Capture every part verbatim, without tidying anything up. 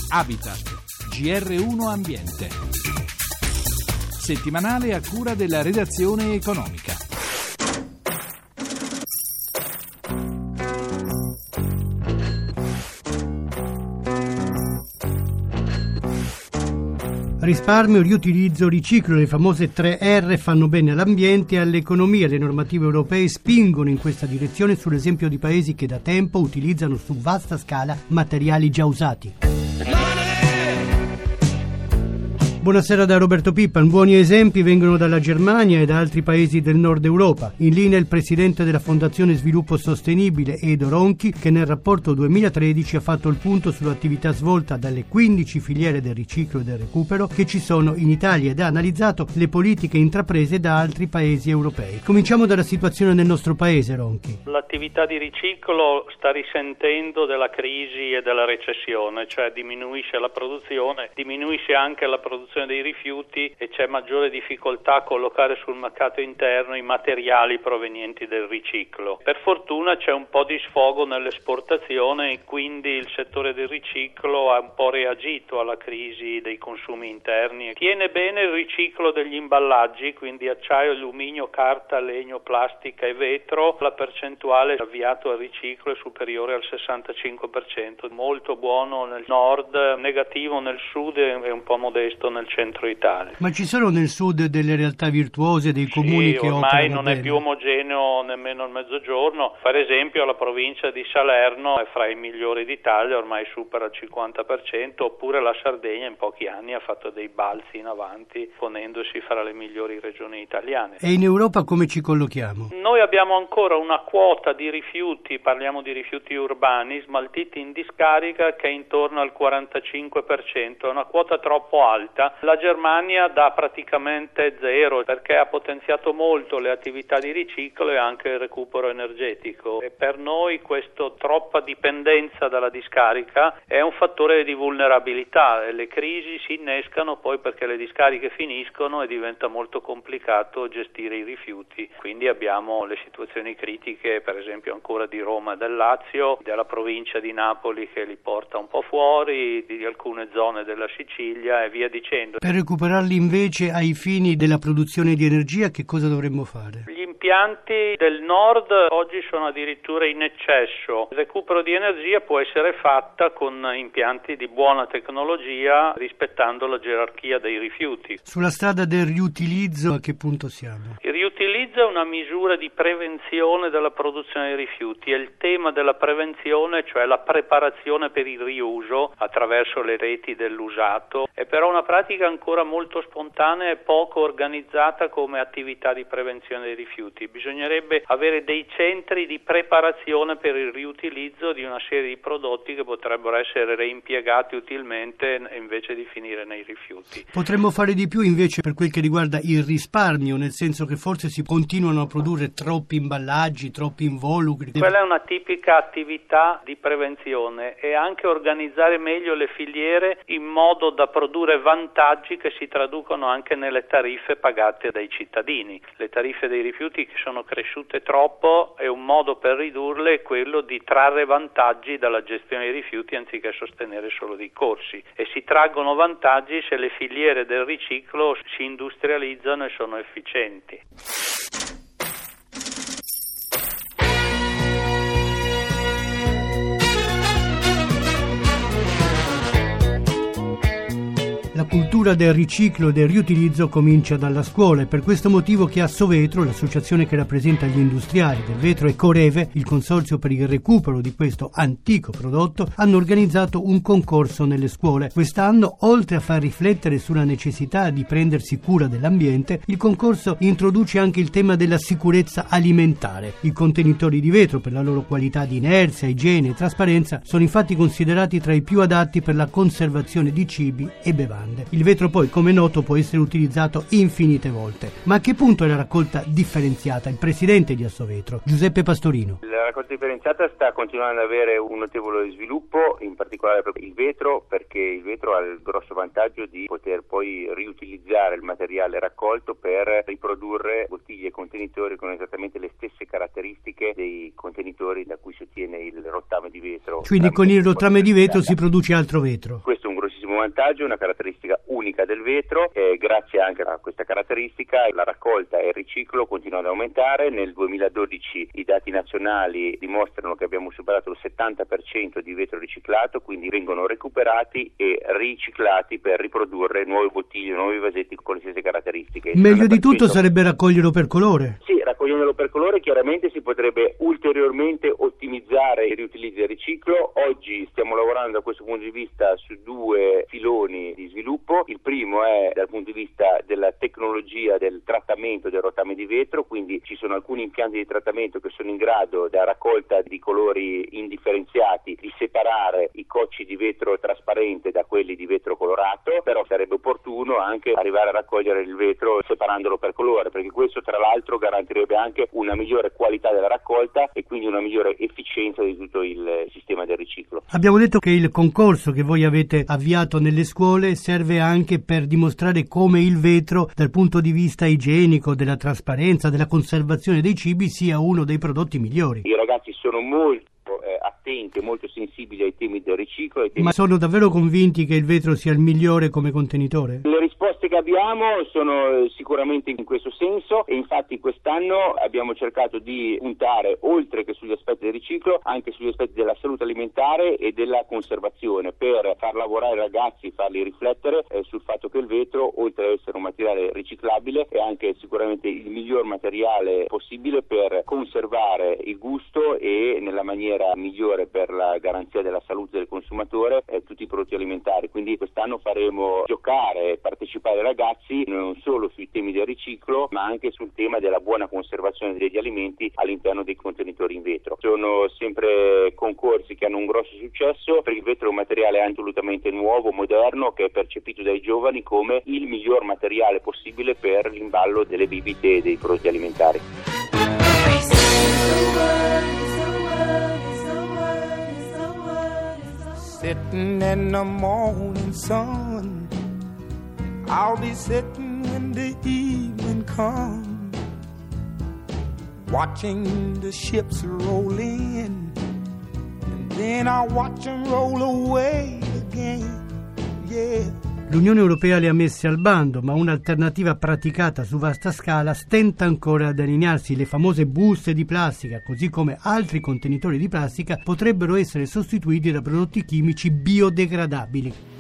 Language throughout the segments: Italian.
Habitat, G R uno Ambiente. Settimanale a cura della redazione economica. Risparmio, riutilizzo, riciclo, le famose tre R fanno bene all'ambiente e all'economia. Le normative europee spingono in questa direzione sull'esempio di paesi che da tempo utilizzano su vasta scala materiali già usati. Buonasera da Roberto Pippan. Buoni esempi vengono dalla Germania e da altri paesi del nord Europa. In linea il presidente della Fondazione Sviluppo Sostenibile, Edo Ronchi, che nel rapporto duemilatredici ha fatto il punto sull'attività svolta dalle quindici filiere del riciclo e del recupero che ci sono in Italia ed ha analizzato le politiche intraprese da altri paesi europei. Cominciamo dalla situazione nel nostro paese, Ronchi. L'attività di riciclo sta risentendo della crisi e della recessione, cioè diminuisce la produzione, diminuisce anche la produzione dei rifiuti e c'è maggiore difficoltà a collocare sul mercato interno i materiali provenienti del riciclo. Per fortuna c'è un po' di sfogo nell'esportazione e quindi il settore del riciclo ha un po' reagito alla crisi dei consumi interni. Tiene bene il riciclo degli imballaggi, quindi acciaio, alluminio, carta, legno, plastica e vetro. La percentuale avviato al riciclo è superiore al sessantacinque per cento, molto buono nel nord, negativo nel sud e un po' modesto nel centro Italia. Ma ci sono nel sud delle realtà virtuose, dei comuni sì, che operano ormai non bene? È più omogeneo nemmeno il mezzogiorno. Per esempio la provincia di Salerno è fra i migliori d'Italia, ormai supera il cinquanta per cento, oppure la Sardegna in pochi anni ha fatto dei balzi in avanti, ponendosi fra le migliori regioni italiane. E in Europa come ci collochiamo? Noi abbiamo ancora una quota di rifiuti, parliamo di rifiuti urbani, smaltiti in discarica che è intorno al quarantacinque per cento, è una quota troppo alta. La Germania dà praticamente zero perché ha potenziato molto le attività di riciclo e anche il recupero energetico e per noi questa troppa dipendenza dalla discarica è un fattore di vulnerabilità e le crisi si innescano poi perché le discariche finiscono e diventa molto complicato gestire i rifiuti, quindi abbiamo le situazioni critiche per esempio ancora di Roma e del Lazio, della provincia di Napoli che li porta un po' fuori, di alcune zone della Sicilia e via dicendo. Per recuperarli invece ai fini della produzione di energia che cosa dovremmo fare? Gli impianti del nord oggi sono addirittura in eccesso. Il recupero di energia può essere fatta con impianti di buona tecnologia rispettando la gerarchia dei rifiuti. Sulla strada del riutilizzo a che punto siamo? Il riutilizzo è una misura di prevenzione della produzione dei rifiuti e il tema della prevenzione, cioè la preparazione per il riuso attraverso le reti dell'usato, è però una pratica ancora molto spontanea e poco organizzata come attività di prevenzione dei rifiuti. Bisognerebbe avere dei centri di preparazione per il riutilizzo di una serie di prodotti che potrebbero essere reimpiegati utilmente invece di finire nei rifiuti. Potremmo fare di più invece per quel che riguarda il risparmio, nel senso che forse si continuano a produrre troppi imballaggi, troppi involucri. Quella è una tipica attività di prevenzione e anche organizzare meglio le filiere in modo da produrre vantaggi che si traducono anche nelle tariffe pagate dai cittadini. Le tariffe dei rifiuti che sono cresciute troppo e un modo per ridurle è quello di trarre vantaggi dalla gestione dei rifiuti anziché sostenere solo dei corsi e si traggono vantaggi se le filiere del riciclo si industrializzano e sono efficienti. La cultura del riciclo e del riutilizzo comincia dalla scuola, è per questo motivo che Assovetro, l'associazione che rappresenta gli industriali del vetro, e Coreve, il consorzio per il recupero di questo antico prodotto, hanno organizzato un concorso nelle scuole. Quest'anno, oltre a far riflettere sulla necessità di prendersi cura dell'ambiente, il concorso introduce anche il tema della sicurezza alimentare. I contenitori di vetro, per la loro qualità di inerzia, igiene e trasparenza, sono infatti considerati tra i più adatti per la conservazione di cibi e bevande. Il vetro poi, come noto, può essere utilizzato infinite volte. Ma a che punto è la raccolta differenziata? Il presidente di Assovetro, Giuseppe Pastorino. La raccolta differenziata sta continuando ad avere un notevole sviluppo, in particolare per il vetro, perché il vetro ha il grosso vantaggio di poter poi riutilizzare il materiale raccolto per riprodurre bottiglie e contenitori con esattamente le stesse caratteristiche dei contenitori da cui si ottiene il rottame di vetro. Quindi con il rottame di vetro si produce altro vetro. Questo è un primo vantaggio è una caratteristica unica del vetro e grazie anche a questa caratteristica la raccolta e il riciclo continuano ad aumentare. Nel duemiladodici i dati nazionali dimostrano che abbiamo superato il settanta per cento di vetro riciclato, quindi vengono recuperati e riciclati per riprodurre nuove bottiglie, nuovi vasetti con le stesse caratteristiche. Meglio di tutto sarebbe raccoglierlo per colore. Sì, raccogliendolo per colore chiaramente si potrebbe ulteriormente ottimizzare il riutilizzo e il riciclo. Oggi stiamo lavorando da questo punto di vista su due filoni di sviluppo. Il primo è dal punto di vista della tecnologia del trattamento del rotame di vetro, quindi ci sono alcuni impianti di trattamento che sono in grado, da raccolta di colori indifferenziati, di separare i cocci di vetro trasparente da quelli di vetro colorato, però sarebbe opportuno anche arrivare a raccogliere il vetro separandolo per colore, perché questo tra l'altro garantirebbe anche una migliore qualità della raccolta e quindi una migliore efficienza di tutto il sistema del riciclo. Abbiamo detto che il concorso che voi avete avviato nelle scuole serve anche per dimostrare come il vetro dal punto di vista igienico, della trasparenza, della conservazione dei cibi sia uno dei prodotti migliori. I ragazzi sono molto eh, attenti e molto sensibili ai temi del riciclo. Ai temi... Ma sono davvero convinti che il vetro sia il migliore come contenitore? Le risposte che abbiamo sono sicuramente in questo senso e infatti quest'anno abbiamo cercato di puntare oltre che sugli aspetti del riciclo anche sugli aspetti della salute alimentare e della conservazione per far lavorare i ragazzi, farli riflettere eh, sul fatto che il vetro oltre ad essere un materiale riciclabile è anche sicuramente il miglior materiale possibile per conservare il gusto e nella maniera migliore per la garanzia della salute del consumatore eh, tutti i prodotti alimentari. Quindi quest'anno faremo giocare e partecipare i ragazzi non solo sui temi del riciclo ma anche sul tema della buona conservazione degli alimenti all'interno dei contenitori in vetro. Sono sempre concorsi che hanno un grosso successo perché il vetro è un materiale assolutamente nuovo, moderno, che è percepito dai giovani come il miglior materiale possibile per l'imballo delle bibite e dei prodotti alimentari. Sitting in the morning sun, I'll be sitting when the evening comes, watching the ships roll in, and then I'll watch them roll away again, yeah. L'Unione Europea le ha messe al bando, ma un'alternativa praticata su vasta scala stenta ancora ad allinearsi. Le famose buste di plastica, così come altri contenitori di plastica, potrebbero essere sostituiti da prodotti chimici biodegradabili.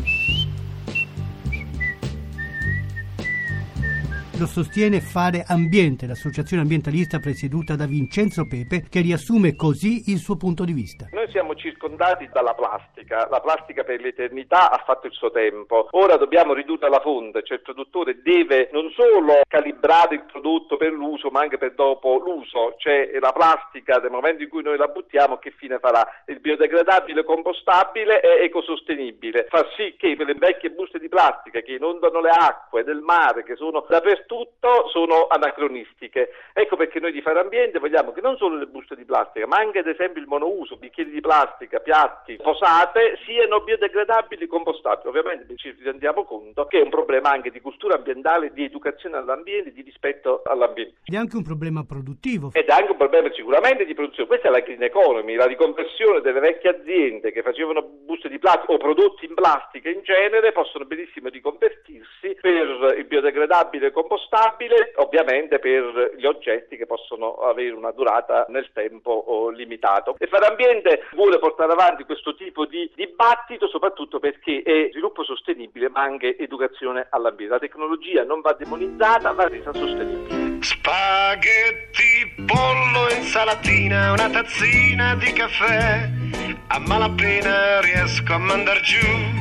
Lo sostiene Fare Ambiente, l'associazione ambientalista presieduta da Vincenzo Pepe, che riassume così il suo punto di vista. Noi siamo circondati dalla plastica, la plastica per l'eternità ha fatto il suo tempo, ora dobbiamo ridurre alla fonte, cioè il produttore deve non solo calibrare il prodotto per l'uso ma anche per dopo l'uso, cioè la plastica nel momento in cui noi la buttiamo che fine farà? Il biodegradabile, compostabile e ecosostenibile, far sì che quelle vecchie buste di plastica che inondano le acque del mare, che sono dappertutto, sono anacronistiche. Ecco perché noi di Fare Ambiente vogliamo che non solo le buste di plastica ma anche ad esempio il monouso, bicchieri di plastica, piatti, posate siano biodegradabili e compostabili. Ovviamente ci rendiamo conto che è un problema anche di cultura ambientale, di educazione all'ambiente, di rispetto all'ambiente. Ed è anche un problema produttivo. Ed è anche un problema sicuramente di produzione. Questa è la green economy, la riconversione delle vecchie aziende che facevano buste di plastica o prodotti in plastica in genere possono benissimo riconvertirsi per il biodegradabile e compostabile, ovviamente per gli oggetti che possono avere una durata nel tempo limitato. E Fare Ambiente vuole portare avanti questo tipo di dibattito soprattutto perché è sviluppo sostenibile ma anche educazione all'ambiente. La tecnologia non va demonizzata, va resa sostenibile. Spaghetti, pollo, insalatina, una tazzina di caffè, a malapena riesco a mandar giù.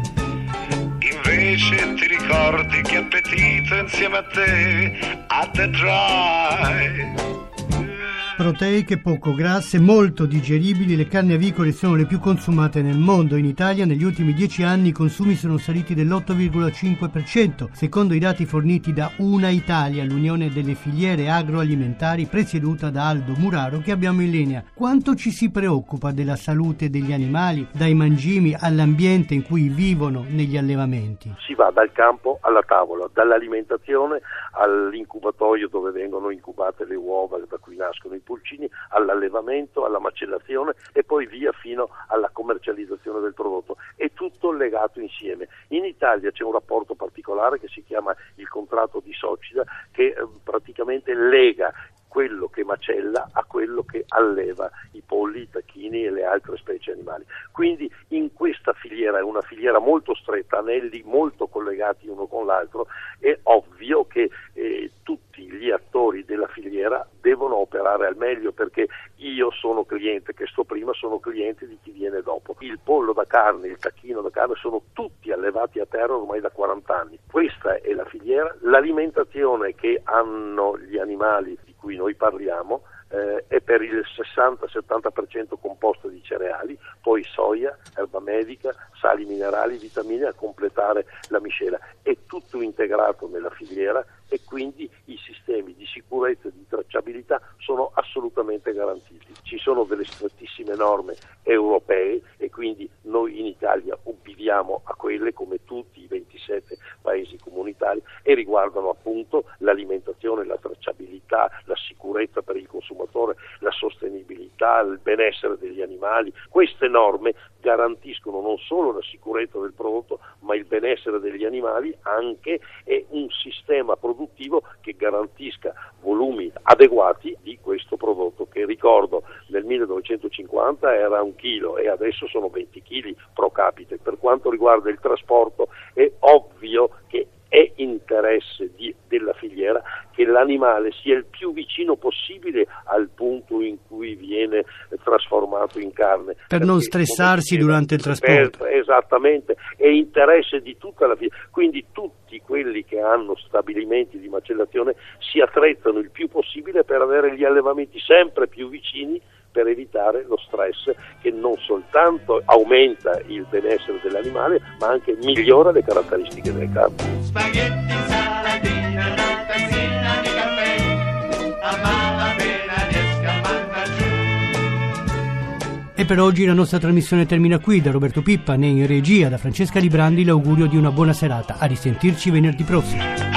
Invece ti ricordi che appetito insieme a te, a te dry. Proteiche poco grasse, molto digeribili, le carni avicole sono le più consumate nel mondo. In Italia negli ultimi dieci anni i consumi sono saliti dell'otto virgola cinque per cento, secondo i dati forniti da Una Italia, l'unione delle filiere agroalimentari presieduta da Aldo Muraro, che abbiamo in linea. Quanto ci si preoccupa della salute degli animali, dai mangimi all'ambiente in cui vivono negli allevamenti? Si va dal campo alla tavola, dall'alimentazione all'incubatorio dove vengono incubate le uova da cui nascono i pulcini, all'allevamento, alla macellazione e poi via fino alla commercializzazione del prodotto. E tutto legato insieme. In Italia c'è un rapporto particolare che si chiama il contratto di Socida, che eh, praticamente lega quello che macella a quello che alleva i polli, i tacchini e le altre specie animali. Quindi in questa filiera, è una filiera molto stretta, anelli molto collegati uno con l'altro, è ovvio che eh, tutti gli attori della filiera devono operare al meglio, perché io sono cliente, che sto prima sono cliente di chi viene dopo. Il pollo da carne, il tacchino da carne sono tutti allevati a terra ormai da quaranta anni. Questa è la filiera, l'alimentazione che hanno gli animali di cui noi parliamo eh, è per il sessanta settanta per cento composta di cereali, poi soia, erba medica, sali minerali, vitamine a completare la miscela. È tutto integrato nella filiera e quindi i sistemi di sicurezza e di tracciabilità sono assolutamente garantiti. Ci sono delle strettissime norme europee e quindi noi in Italia ubbidiamo a quelle, come tutti i ventisette paesi comunitari, e riguardano appunto l'alimentazione, la tracciabilità, la sicurezza per il consumatore, la sostenibilità, il benessere degli animali. Queste norme garantiscono non solo la sicurezza del prodotto, ma il benessere degli animali anche, e un sistema produttivo che garantisca volumi adeguati di questo prodotto, che ricordo nel millenovecentocinquanta era un chilo e adesso sono venti chili pro capite. Per quanto riguarda il trasporto è ovvio che è interesse di, della filiera che l'animale sia il più vicino possibile al punto in cui viene trasformato in carne. Per Perché, non stressarsi diceva, durante il trasporto. Per, esattamente, è interesse di tutta la filiera. Quindi tutti quelli che hanno stabilimenti di macellazione si attrezzano il più possibile per avere gli allevamenti sempre più vicini, per evitare lo stress che non soltanto aumenta il benessere dell'animale, ma anche migliora le caratteristiche del campo. Spaghetti, salatina, una tazzina di caffè, a malapena riesca a mandar giù. E per oggi la nostra trasmissione termina qui. Da Roberto Pippa, né in regia, da Francesca Librandi, l'augurio di una buona serata. A risentirci venerdì prossimo.